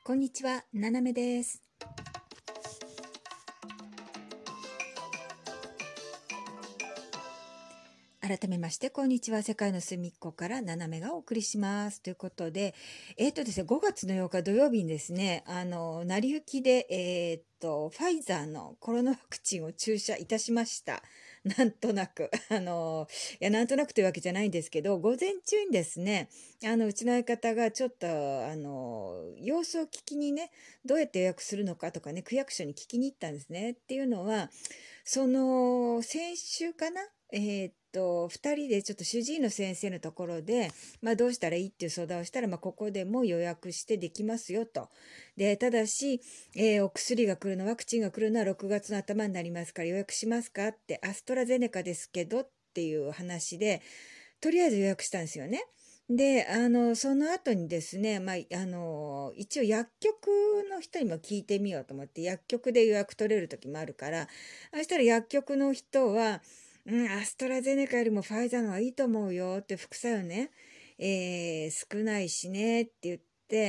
こんにちは、ななめです。改めまして、こんにちは。世界の隅っこからななめがお送りします。ということで、ですね、5月の8日土曜日にですね、成り行きで、ファイザーのコロナワクチンを注射いたしました。なんとなく。なんとなくというわけじゃないんですけど、午前中にですね、うちの相方がちょっと、様子を聞きにね、どうやって予約するのかとかね、区役所に聞きに行ったんですね。っていうのは、先週かな2人でちょっと主治医の先生のところで、どうしたらいいっていう相談をしたら、ここでも予約してできますよと。で、ただし、お薬が来るの、ワクチンが来るのは6月の頭になりますから予約しますかって、アストラゼネカですけどっていう話で、とりあえず予約したんですよね。で、その後にですね、一応薬局の人にも聞いてみようと思って、薬局で予約取れる時もあるから、そしたら薬局の人は、アストラゼネカよりもファイザーの方がいいと思うよって副作用ね、少ないしねって言って、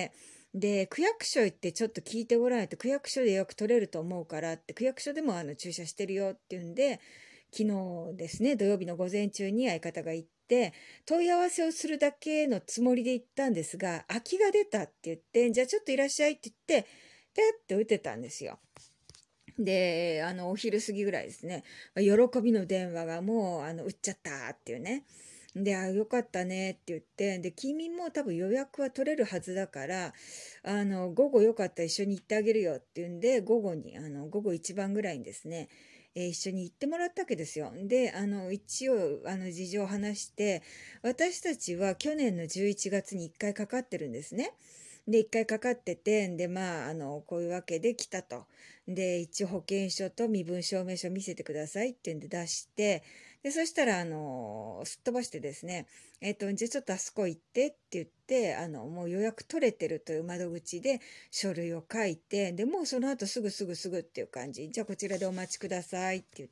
で、区役所行ってちょっと聞いてごらないと、区役所で予約取れると思うからって、区役所でも注射してるよって言うんで、昨日ですね、土曜日の午前中に相方が行って、問い合わせをするだけのつもりで行ったんですが、空きが出たって言って、じゃあちょっといらっしゃいって言って、ペッて打てたんですよ。で、お昼過ぎぐらいですね、喜びの電話がもう、打っちゃったっていうね。で、よかったねって言って、で、君も多分予約は取れるはずだから、午後よかったら一緒に行ってあげるよっていうんで、午後一番ぐらいにですね、一緒に行ってもらったわけですよ。で、一応、事情を話して、私たちは去年の11月に1回かかってるんですね。で、1回かかってて、で、こういうわけで来たと。で、一応保険証と身分証明書見せてくださいっていうんで出して、で、そしたら、すっ飛ばしてですね、じゃあちょっとあそこ行ってって言って、もう予約取れてるという窓口で書類を書いて、で、もうその後すぐっていう感じ。じゃあこちらでお待ちくださいって言って、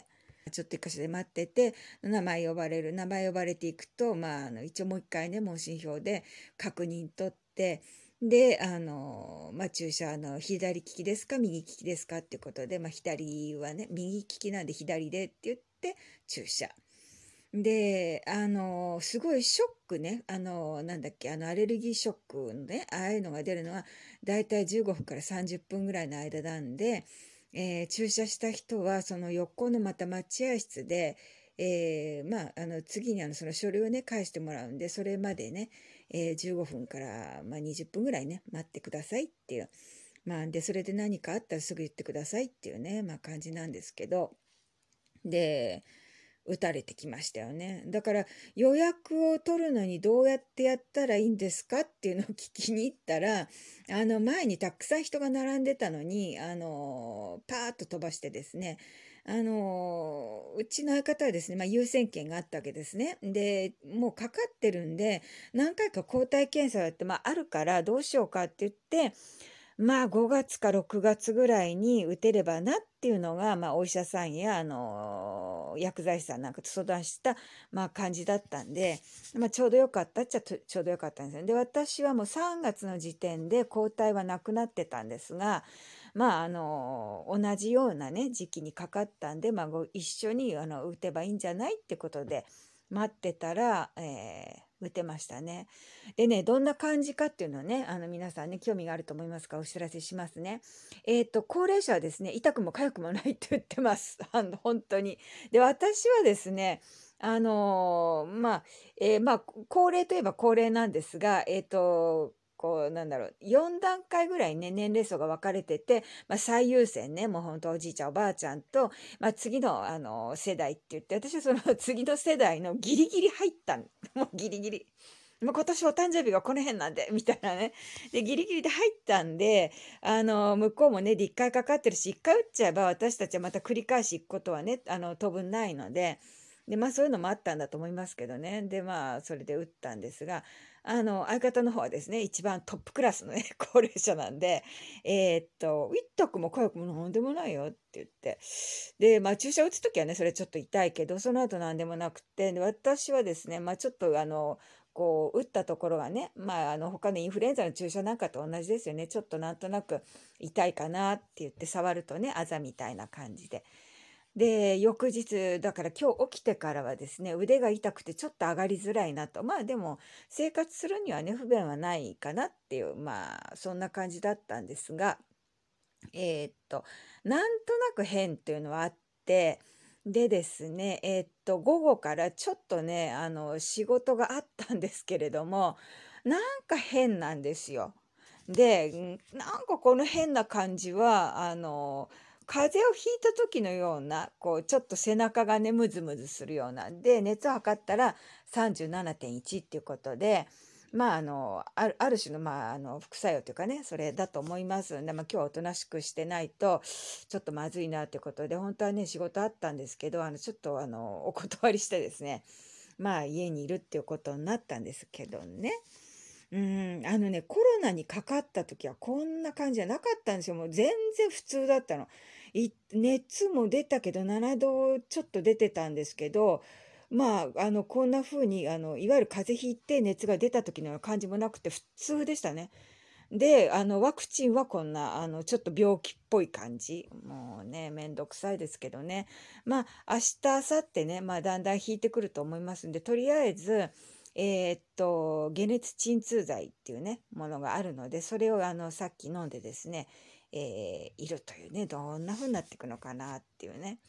ちょっと一箇所で待ってて、名前呼ばれていくと、一応もう一回ね、問診票で確認取って、で、注射、左利きですか、右利きですかっていうことで、左はね、右利きなんで左でって言って、注射。で、すごいショックね、なんだっけ、アレルギーショックのね、ああいうのが出るのは、だいたい15分から30分ぐらいの間なんで、注射した人は、その横のまた待合室で、次にその書類をね、返してもらうんで、それまでね、15分から、20分ぐらいね、待ってくださいっていう。で、それで何かあったらすぐ言ってくださいっていうね、感じなんですけど、で、打たれてきましたよね。だから予約を取るのにどうやってやったらいいんですかっていうのを聞きに行ったら、前にたくさん人が並んでたのに、パーッと飛ばしてですね、うちの相方はですね、優先権があったわけですね。で、もうかかってるんで、何回か抗体検査だって、あるからどうしようかって言って、5月か6月ぐらいに打てればなっていうのが、お医者さんや、薬剤師さんなんかと相談した、感じだったんで、ちょうどよかったっちゃちょうどよかったんですよね。で、私はもう3月の時点で抗体はなくなってたんですが、同じようなね、時期にかかったんで、一緒に、打てばいいんじゃないってことで、待ってたら、打てましたね。でね、どんな感じかっていうのをね、皆さんね、興味があると思いますからお知らせしますね。高齢者はですね、痛くも痒くもないって言ってます。本当に。で、私はですね、あのーまあ、高齢といえば高齢なんですが、なんだろう、4段階ぐらいね、年齢層が分かれてて、最優先ね、もう本当おじいちゃん、おばあちゃんと、次の、世代って言って、私はその次の世代のギリギリ入ったん、もうギリギリ。もう今年お誕生日がこの辺なんで、みたいなね。で、ギリギリで入ったんで、向こうもね、で、1回かかってるし、1回打っちゃえば私たちはまた繰り返し行くことはね、当分ないので、で、そういうのもあったんだと思いますけどね。で、それで打ったんですが、相方の方はですね、一番トップクラスのね、高齢者なんで、痛くも痒くもなんでもないよって言って。で、注射打つときはね、それちょっと痛いけど、その後なんでもなくて、で私はですね、ちょっとこう打ったところがね、他のインフルエンザの注射なんかと同じですよね。ちょっとなんとなく痛いかなって言って触るとね、あざみたいな感じで。で、翌日、だから今日起きてからはですね、腕が痛くてちょっと上がりづらいなと。まあでも、生活するにはね、不便はないかなっていう、そんな感じだったんですが、えーっと、なんとなく変っていうのはあって、でですね、午後からちょっとね、仕事があったんですけれども、なんか変なんですよ。で、なんかこの変な感じは、風邪をひいた時のような、こう、ちょっと背中がね、ムズムズするような。で、熱を測ったら37.1っていうことで、ある種の、副作用というかね、それだと思いますんで、今日はおとなしくしてないと、ちょっとまずいなということで、本当はね、仕事あったんですけど、ちょっと、お断りしてですね、家にいるっていうことになったんですけどね。コロナにかかった時はこんな感じじゃなかったんですよ。もう全然普通だったの。熱も出たけど、7度ちょっと出てたんですけど、こんな風に、いわゆる風邪ひいて熱が出た時のような感じもなくて普通でしたね。で、ワクチンはこんな、ちょっと病気っぽい感じ。もうね、めんどくさいですけどね。明日、明後日ね、だんだん引いてくると思いますんで、とりあえず、解熱鎮痛剤っていうね、ものがあるので、それをさっき飲んでですね、いるというね、どんな風になっていくのかなっていうね。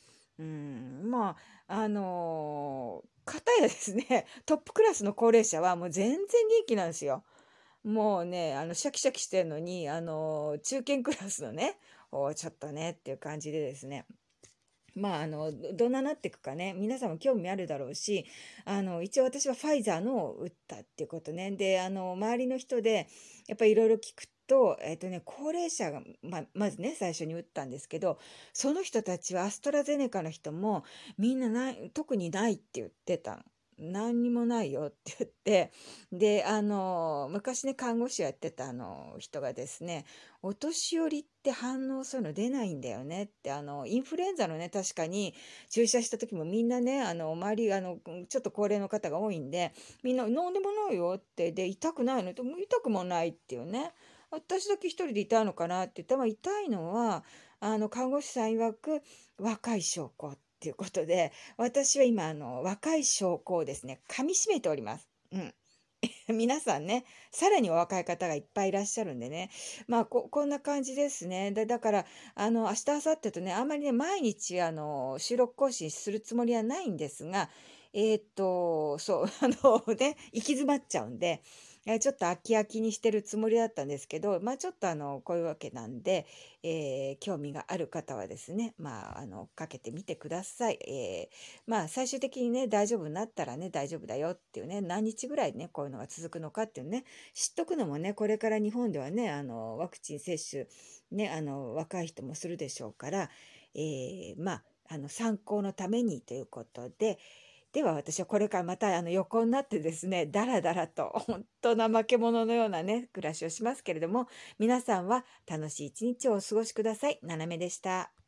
方やですね、トップクラスの高齢者はもう全然元気なんですよ。もうね、シャキシャキしてるのに、中堅クラスのね、ちょっとねっていう感じでですね。どんななっていくかね、皆さんも興味あるだろうし、一応私はファイザーのを打ったっていうことね。で、周りの人で、やっぱりいろいろ聞くと、高齢者が、まずね、最初に打ったんですけど、その人たちはアストラゼネカの人も、みんな特にないって言ってたの。何にもないよって言って、で、昔ね、看護師をやってた人がですね、お年寄りって反応そういうの出ないんだよねって、インフルエンザのね、確かに注射した時もみんなね、周り、ちょっと高齢の方が多いんで、みんな、なんでもないよって、で、痛くないのと、もう痛くもないっていうね。私だけ一人で痛いのかなって言ったら、痛いのは、看護師さん曰く、若い証拠っていうことで、私は今、若い証拠をですね、噛み締めております。うん。皆さんね、さらにお若い方がいっぱいいらっしゃるんでね。こんな感じですね。だから、明日、明後日とね、あんまりね、毎日、収録更新するつもりはないんですが、そう、行き詰まっちゃうんで、ちょっと飽き飽きにしてるつもりだったんですけど、ちょっとこういうわけなんで、興味がある方はですね、かけてみてください。最終的にね、大丈夫になったらね、大丈夫だよっていうね、何日ぐらいね、こういうのが続くのかっていうね、知っとくのもね、これから日本ではね、ワクチン接種、ね、若い人もするでしょうから、参考のためにということで、では私はこれからまた横になってですね、だらだらと、本当怠け者のようなね、暮らしをしますけれども、皆さんは楽しい一日をお過ごしください。ななめでした。